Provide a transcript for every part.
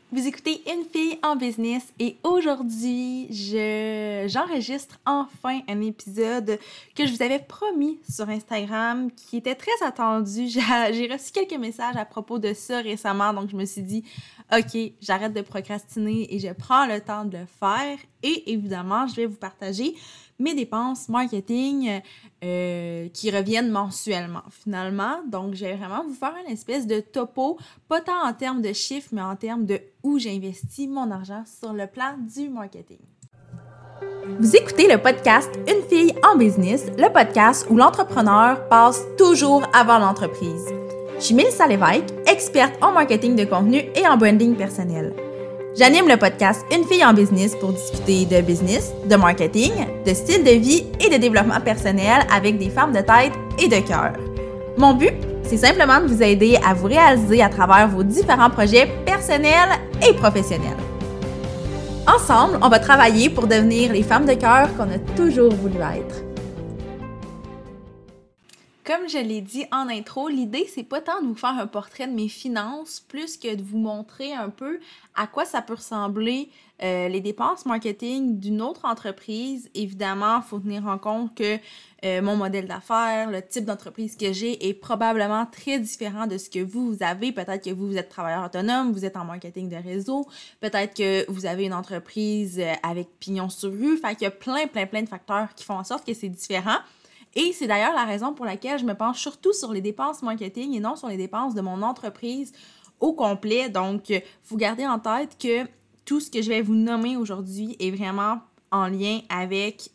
Vous écoutez Une fille en business et aujourd'hui, j'enregistre enfin un épisode que je vous avais promis sur Instagram qui était très attendu. J'ai reçu quelques messages à propos de ça récemment, donc je me suis dit OK, j'arrête de procrastiner et je prends le temps de le faire. Et évidemment, je vais vous partager mes dépenses marketing qui reviennent mensuellement finalement. Donc, je vais vraiment vous faire une espèce de topo, pas tant en termes de chiffres, mais en termes de où j'investis mon argent sur le plan du marketing. Vous écoutez le podcast Une fille en business, le podcast où l'entrepreneur passe toujours avant l'entreprise. Je suis Mélissa Lévesque, experte en marketing de contenu et en branding personnel. J'anime le podcast Une fille en business pour discuter de business, de marketing, de style de vie et de développement personnel avec des femmes de tête et de cœur. Mon but, c'est simplement de vous aider à vous réaliser à travers vos différents projets personnels et professionnels. Ensemble, on va travailler pour devenir les femmes de cœur qu'on a toujours voulu être. Comme je l'ai dit en intro, l'idée, c'est pas tant de vous faire un portrait de mes finances, plus que de vous montrer un peu à quoi ça peut ressembler les dépenses marketing d'une autre entreprise. Évidemment, il faut tenir en compte que mon modèle d'affaires, le type d'entreprise que j'ai est probablement très différent de ce que vous avez. Peut-être que vous êtes travailleur autonome, vous êtes en marketing de réseau, peut-être que vous avez une entreprise avec pignon sur rue. Fait qu'il y a plein de facteurs qui font en sorte que c'est différent. Et c'est d'ailleurs la raison pour laquelle je me penche surtout sur les dépenses marketing et non sur les dépenses de mon entreprise au complet. Donc, vous gardez en tête que tout ce que je vais vous nommer aujourd'hui est vraiment en lien avec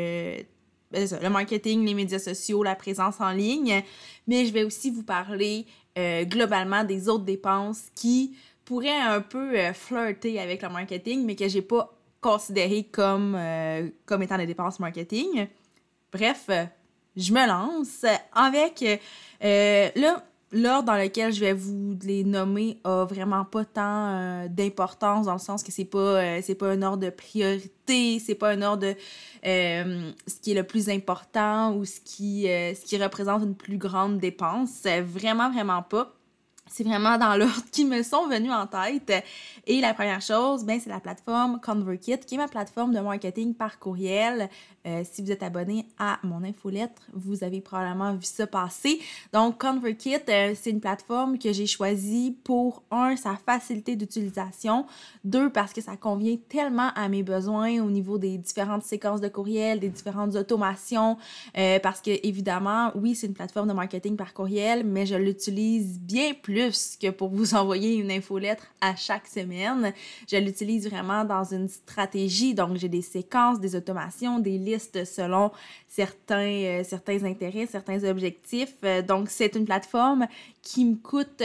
le marketing, les médias sociaux, la présence en ligne. Mais je vais aussi vous parler globalement des autres dépenses qui pourraient un peu flirter avec le marketing, mais que j'ai pas considéré comme étant des dépenses marketing. Bref, je me lance avec l'ordre dans lequel je vais vous les nommer a vraiment pas tant d'importance dans le sens que c'est pas un ordre de priorité, c'est pas un ordre de ce qui est le plus important ou ce qui représente une plus grande dépense. Vraiment pas. C'est vraiment dans l'ordre qui me sont venus en tête. Et la première chose, c'est la plateforme ConvertKit, qui est ma plateforme de marketing par courriel. Si vous êtes abonné à mon infolettre, vous avez probablement vu ça passer. Donc, ConvertKit, c'est une plateforme que j'ai choisie pour, sa facilité d'utilisation, 2, parce que ça convient tellement à mes besoins au niveau des différentes séquences de courriel, des différentes automations, parce que, évidemment, oui, c'est une plateforme de marketing par courriel, mais je l'utilise bien plus que pour vous envoyer une infolettre à chaque semaine. Je l'utilise vraiment dans une stratégie. Donc, j'ai des séquences, des automations, des listes selon certains intérêts, certains objectifs. Donc, c'est une plateforme qui me coûte,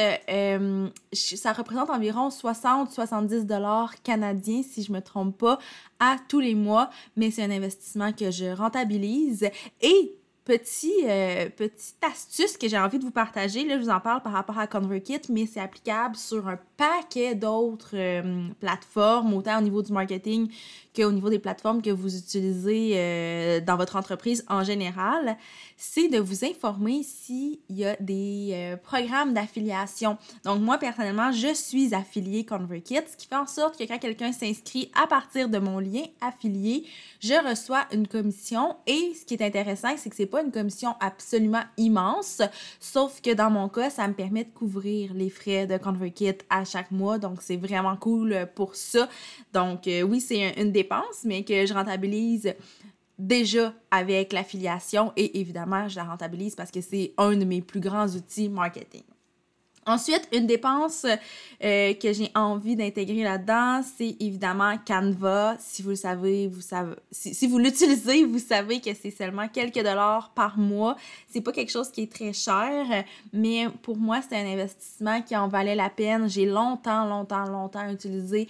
ça représente environ 60-70 $ canadiens, si je me trompe pas, à tous les mois. Mais c'est un investissement que je rentabilise. Et petite astuce que j'ai envie de vous partager, là je vous en parle par rapport à ConvertKit, mais c'est applicable sur un paquet d'autres plateformes, autant au niveau du marketing qu'au niveau des plateformes que vous utilisez dans votre entreprise en général, c'est de vous informer s'il y a des programmes d'affiliation. Donc moi, personnellement, je suis affiliée ConvertKit, ce qui fait en sorte que quand quelqu'un s'inscrit à partir de mon lien affilié, je reçois une commission et ce qui est intéressant, c'est que c'est pas une commission absolument immense, sauf que dans mon cas, ça me permet de couvrir les frais de ConvertKit à chaque mois, donc c'est vraiment cool pour ça. Donc oui, c'est une dépense, mais que je rentabilise déjà avec l'affiliation et évidemment, je la rentabilise parce que c'est un de mes plus grands outils marketing. Ensuite, une dépense que j'ai envie d'intégrer là-dedans, c'est évidemment Canva. Si vous le savez, si vous l'utilisez, vous savez que c'est seulement quelques dollars par mois. C'est pas quelque chose qui est très cher, mais pour moi, c'est un investissement qui en valait la peine. J'ai longtemps utilisé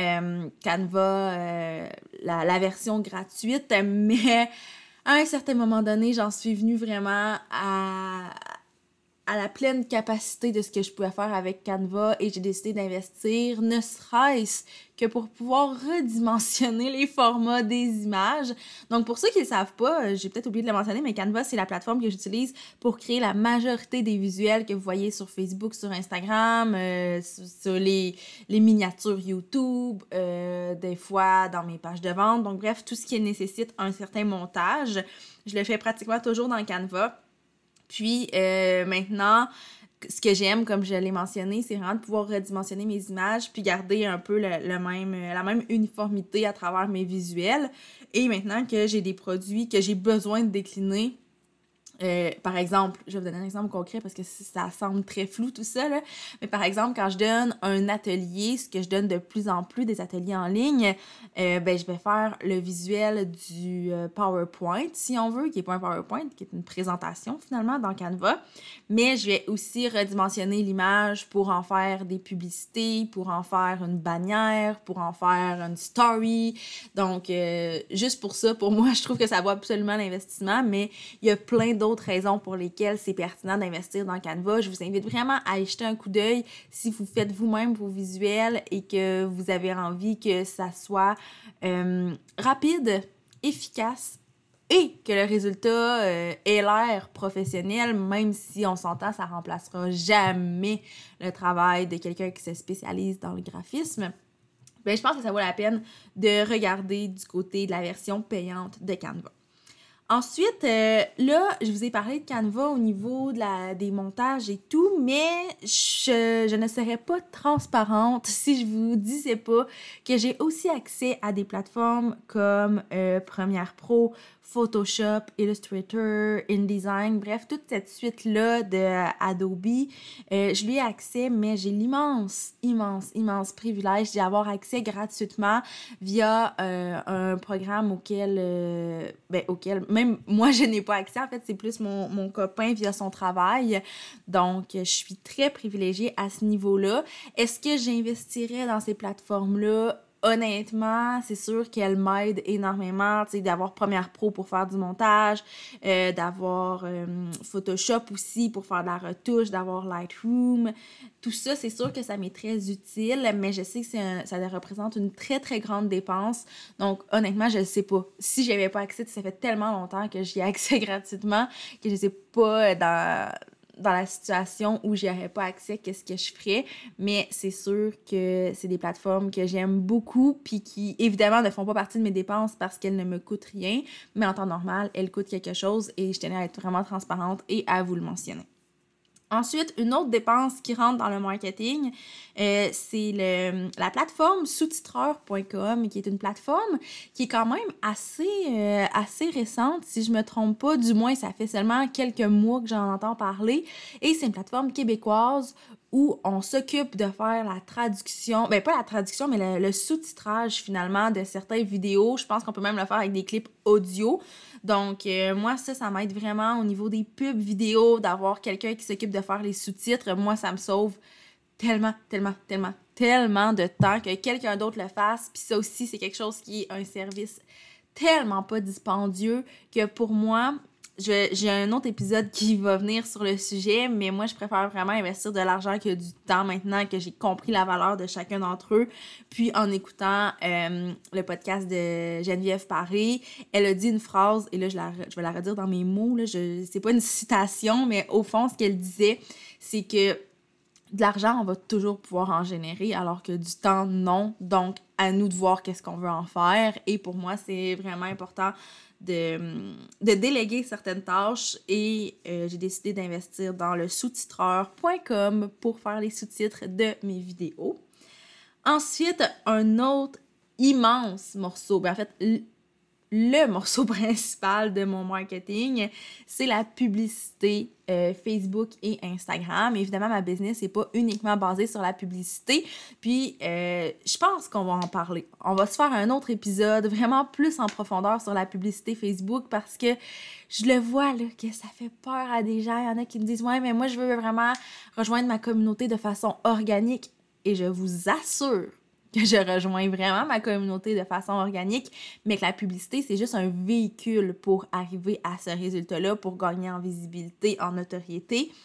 Canva, la version gratuite, mais à un certain moment donné, j'en suis venue vraiment à la pleine capacité de ce que je pouvais faire avec Canva et j'ai décidé d'investir, ne serait-ce que pour pouvoir redimensionner les formats des images. Donc, pour ceux qui ne le savent pas, j'ai peut-être oublié de le mentionner, mais Canva, c'est la plateforme que j'utilise pour créer la majorité des visuels que vous voyez sur Facebook, sur Instagram, sur les miniatures YouTube, des fois dans mes pages de vente. Donc, bref, tout ce qui nécessite un certain montage, je le fais pratiquement toujours dans Canva. Puis maintenant, ce que j'aime, comme je l'ai mentionné, c'est vraiment de pouvoir redimensionner mes images puis garder un peu la même uniformité à travers mes visuels. Et maintenant que j'ai des produits que j'ai besoin de décliner, par exemple, je vais vous donner un exemple concret parce que ça semble très flou tout ça, là. Mais par exemple, quand je donne un atelier, ce que je donne de plus en plus des ateliers en ligne, je vais faire le visuel du PowerPoint, si on veut, qui n'est pas un PowerPoint, qui est une présentation finalement dans Canva. Mais je vais aussi redimensionner l'image pour en faire des publicités, pour en faire une bannière, pour en faire une story. Donc, juste pour ça, pour moi, je trouve que ça vaut absolument l'investissement, mais il y a plein d'autres raisons pour lesquelles c'est pertinent d'investir dans Canva. Je vous invite vraiment à y jeter un coup d'œil si vous faites vous-même vos visuels et que vous avez envie que ça soit rapide, efficace et que le résultat ait l'air professionnel, même si on s'entend, ça remplacera jamais le travail de quelqu'un qui se spécialise dans le graphisme. Je pense que ça vaut la peine de regarder du côté de la version payante de Canva. Ensuite, là, je vous ai parlé de Canva au niveau des montages et tout, mais je ne serais pas transparente si je vous disais pas que j'ai aussi accès à des plateformes comme Premiere Pro, Photoshop, Illustrator, InDesign, bref, toute cette suite-là de Adobe. Je lui ai accès, mais j'ai l'immense privilège d'y avoir accès gratuitement via un programme auquel même moi, je n'ai pas accès. En fait, c'est plus mon copain via son travail. Donc, je suis très privilégiée à ce niveau-là. Est-ce que j'investirais dans ces plateformes-là? Honnêtement, c'est sûr qu'elle m'aide énormément, tu sais, d'avoir Premiere Pro pour faire du montage, d'avoir Photoshop aussi pour faire de la retouche, d'avoir Lightroom. Tout ça, c'est sûr que ça m'est très utile, mais je sais que ça représente une très, très grande dépense. Donc, honnêtement, je ne sais pas. Si j'avais pas accès, ça fait tellement longtemps que j'y ai accès gratuitement que je ne sais pas dans la situation où j'y aurais pas accès, qu'est-ce que je ferais, mais c'est sûr que c'est des plateformes que j'aime beaucoup puis qui, évidemment, ne font pas partie de mes dépenses parce qu'elles ne me coûtent rien, mais en temps normal, elles coûtent quelque chose et je tenais à être vraiment transparente et à vous le mentionner. Ensuite, une autre dépense qui rentre dans le marketing, c'est la plateforme sous-titreur.com, qui est une plateforme qui est quand même assez récente, si je me trompe pas. Du moins, ça fait seulement quelques mois que j'en entends parler. Et c'est une plateforme québécoise où on s'occupe de faire la traduction, pas la traduction, mais le sous-titrage finalement de certaines vidéos. Je pense qu'on peut même le faire avec des clips audio. Donc, moi, ça m'aide vraiment au niveau des pubs vidéo, d'avoir quelqu'un qui s'occupe de faire les sous-titres. Moi, ça me sauve tellement de temps que quelqu'un d'autre le fasse. Puis ça aussi, c'est quelque chose qui est un service tellement pas dispendieux que pour moi, j'ai un autre épisode qui va venir sur le sujet, mais moi, je préfère vraiment investir de l'argent que du temps maintenant que j'ai compris la valeur de chacun d'entre eux. Puis, en écoutant le podcast de Geneviève Paré, elle a dit une phrase, et là, je vais la redire dans mes mots, là, c'est pas une citation, mais au fond, ce qu'elle disait, c'est que de l'argent, on va toujours pouvoir en générer, alors que du temps, non. Donc, à nous de voir qu'est-ce qu'on veut en faire. Et pour moi, c'est vraiment important de déléguer certaines tâches et j'ai décidé d'investir dans le sous-titreur.com pour faire les sous-titres de mes vidéos. Ensuite, un autre immense morceau, en fait, le morceau principal de mon marketing, c'est la publicité Facebook et Instagram. Évidemment, ma business n'est pas uniquement basée sur la publicité. Puis, je pense qu'on va en parler. On va se faire un autre épisode vraiment plus en profondeur sur la publicité Facebook parce que je le vois là, que ça fait peur à des gens. Il y en a qui me disent « Ouais, mais moi, je veux vraiment rejoindre ma communauté de façon organique. » Et je vous assure que je rejoins vraiment ma communauté de façon organique, mais que la publicité, c'est juste un véhicule pour arriver à ce résultat-là, pour gagner en visibilité, en notoriété.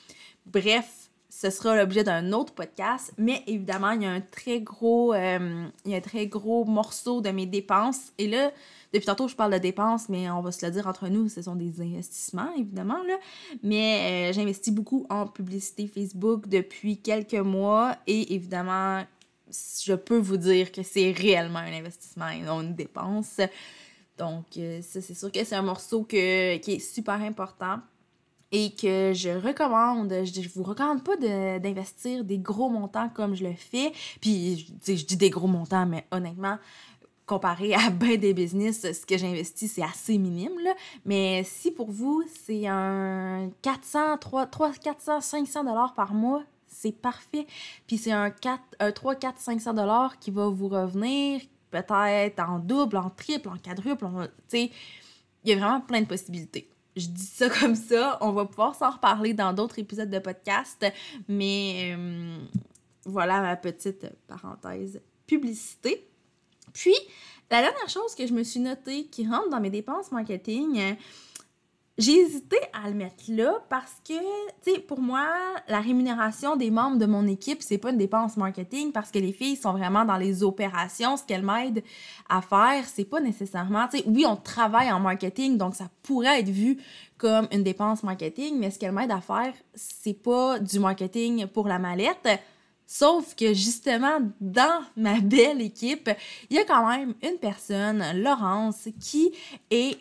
Bref, ce sera l'objet d'un autre podcast, mais évidemment, il y a un très gros morceau de mes dépenses. Et là, depuis tantôt, je parle de dépenses, mais on va se le dire entre nous, ce sont des investissements, évidemment, là. Mais j'investis beaucoup en publicité Facebook depuis quelques mois et évidemment, je peux vous dire que c'est réellement un investissement et non une dépense. Donc, ça, c'est sûr que c'est un morceau qui est super important. Et que je recommande, je vous recommande pas d'investir des gros montants comme je le fais. Puis, je dis des gros montants, mais honnêtement, comparé à ben des business, ce que j'investis, c'est assez minime, là. Mais si pour vous, c'est un 400, 500 $ par mois, c'est parfait. Puis c'est un 3, 4, 500 $ qui va vous revenir peut-être en double, en triple, en quadruple. Tu sais, il y a vraiment plein de possibilités. Je dis ça comme ça, on va pouvoir s'en reparler dans d'autres épisodes de podcast, mais voilà ma petite parenthèse publicité. Puis, la dernière chose que je me suis notée qui rentre dans mes dépenses marketing, j'ai hésité à le mettre là parce que, tu sais, pour moi, la rémunération des membres de mon équipe, c'est pas une dépense marketing parce que les filles sont vraiment dans les opérations. Ce qu'elles m'aident à faire, c'est pas nécessairement, tu sais, oui, on travaille en marketing, donc ça pourrait être vu comme une dépense marketing, mais ce qu'elles m'aident à faire, c'est pas du marketing pour la mallette. Sauf que justement, dans ma belle équipe, il y a quand même une personne, Laurence, qui est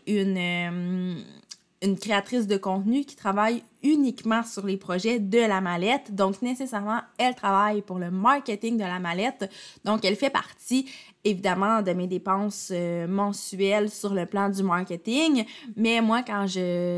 une créatrice de contenu qui travaille uniquement sur les projets de la mallette. Donc, nécessairement, elle travaille pour le marketing de la mallette. Donc, elle fait partie, évidemment, de mes dépenses mensuelles sur le plan du marketing. Mais moi, quand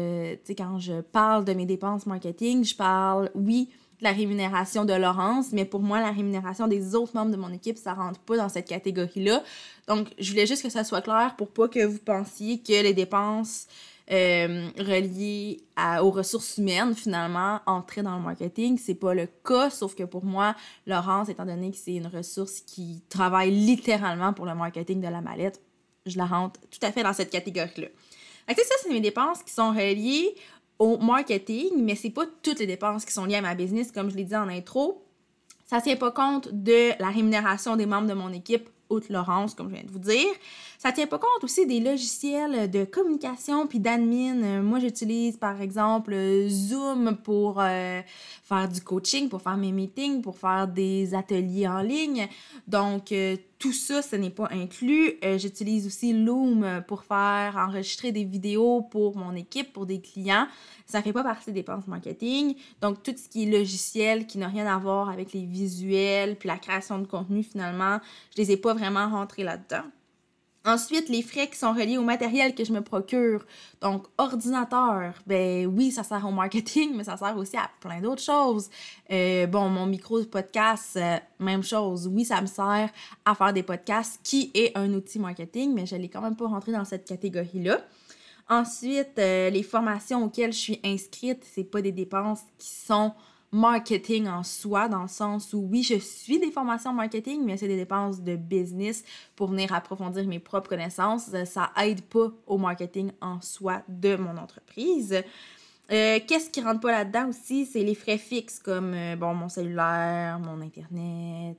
je parle de mes dépenses marketing, je parle, oui, de la rémunération de Laurence, mais pour moi, la rémunération des autres membres de mon équipe, ça rentre pas dans cette catégorie-là. Donc, je voulais juste que ça soit clair pour pas que vous pensiez que les dépenses reliées aux ressources humaines, finalement, entraient dans le marketing. C'est pas le cas, sauf que pour moi, Laurence, étant donné que c'est une ressource qui travaille littéralement pour le marketing de la mallette, je la rentre tout à fait dans cette catégorie-là. Fait que ça, c'est mes dépenses qui sont reliées au marketing, mais c'est pas toutes les dépenses qui sont liées à ma business, comme je l'ai dit en intro. Ça tient pas compte de la rémunération des membres de mon équipe, outre Laurence, comme je viens de vous dire. Ça tient pas compte aussi des logiciels de communication puis d'admin. Moi, j'utilise, par exemple, Zoom pour faire du coaching, pour faire mes meetings, pour faire des ateliers en ligne. Donc, tout ça, ce n'est pas inclus. J'utilise aussi Loom pour enregistrer des vidéos pour mon équipe, pour des clients. Ça fait pas partie des dépenses marketing. Donc, tout ce qui est logiciel, qui n'a rien à voir avec les visuels puis la création de contenu, finalement, je les ai pas vraiment rentrés là-dedans. Ensuite, les frais qui sont reliés au matériel que je me procure. Donc, ordinateur, ben oui, ça sert au marketing, mais ça sert aussi à plein d'autres choses. Mon micro de podcast, même chose. Oui, ça me sert à faire des podcasts, qui est un outil marketing, mais je ne l'ai quand même pas rentré dans cette catégorie-là. Ensuite, les formations auxquelles je suis inscrite, c'est pas des dépenses qui sont marketing en soi, dans le sens où oui, je suis des formations marketing, mais c'est des dépenses de business pour venir approfondir mes propres connaissances. Ça aide pas au marketing en soi de mon entreprise. Qu'est-ce qui rentre pas là-dedans aussi? C'est les frais fixes comme mon cellulaire, mon internet,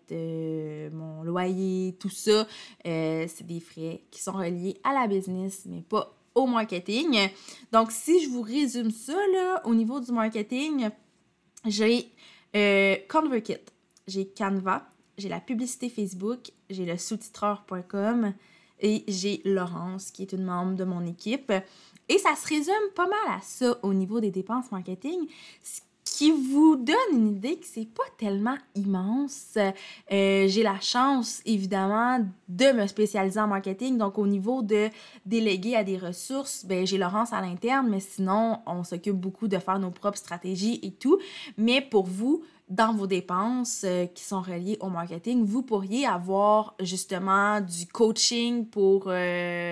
mon loyer, tout ça. C'est des frais qui sont reliés à la business, mais pas au marketing. Donc, si je vous résume ça, là, au niveau du marketing, j'ai ConvertKit, j'ai Canva, j'ai la publicité Facebook, j'ai le sous-titreur.com et j'ai Laurence, qui est une membre de mon équipe. Et ça se résume pas mal à ça au niveau des dépenses marketing, ce qui vous donne une idée que c'est pas tellement immense. J'ai la chance, évidemment, de me spécialiser en marketing. Donc, au niveau de déléguer à des ressources, j'ai Laurence à l'interne, mais sinon, on s'occupe beaucoup de faire nos propres stratégies et tout. Mais pour vous, dans vos dépenses qui sont reliées au marketing, vous pourriez avoir justement du coaching pour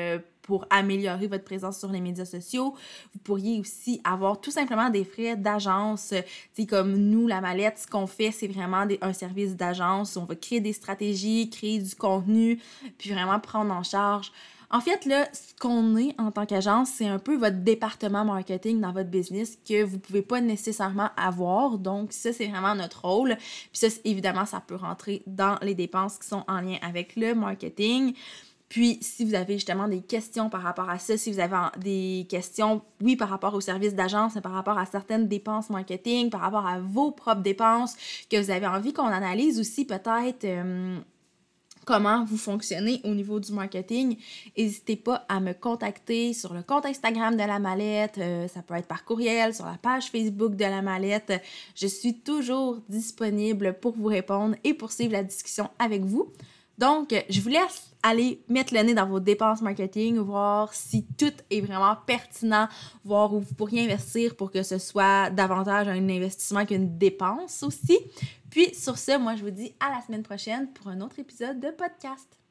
pour améliorer votre présence sur les médias sociaux. Vous pourriez aussi avoir tout simplement des frais d'agence. Tu sais, comme nous, La Mallette, ce qu'on fait, c'est vraiment un service d'agence. On va créer des stratégies, créer du contenu, puis vraiment prendre en charge. En fait, là, ce qu'on est en tant qu'agence, c'est un peu votre département marketing dans votre business que vous pouvez pas nécessairement avoir. Donc, ça, c'est vraiment notre rôle. Puis ça, évidemment, ça peut rentrer dans les dépenses qui sont en lien avec le marketing. Puis, si vous avez justement des questions par rapport à ça, si vous avez des questions, oui, par rapport au service d'agence, mais par rapport à certaines dépenses marketing, par rapport à vos propres dépenses, que vous avez envie qu'on analyse aussi peut-être comment vous fonctionnez au niveau du marketing, n'hésitez pas à me contacter sur le compte Instagram de La Mallette, ça peut être par courriel, sur la page Facebook de La Mallette. Je suis toujours disponible pour vous répondre et poursuivre la discussion avec vous. Donc, je vous laisse aller mettre le nez dans vos dépenses marketing, voir si tout est vraiment pertinent, voir où vous pourriez investir pour que ce soit davantage un investissement qu'une dépense aussi. Puis, sur ce, moi, je vous dis à la semaine prochaine pour un autre épisode de podcast.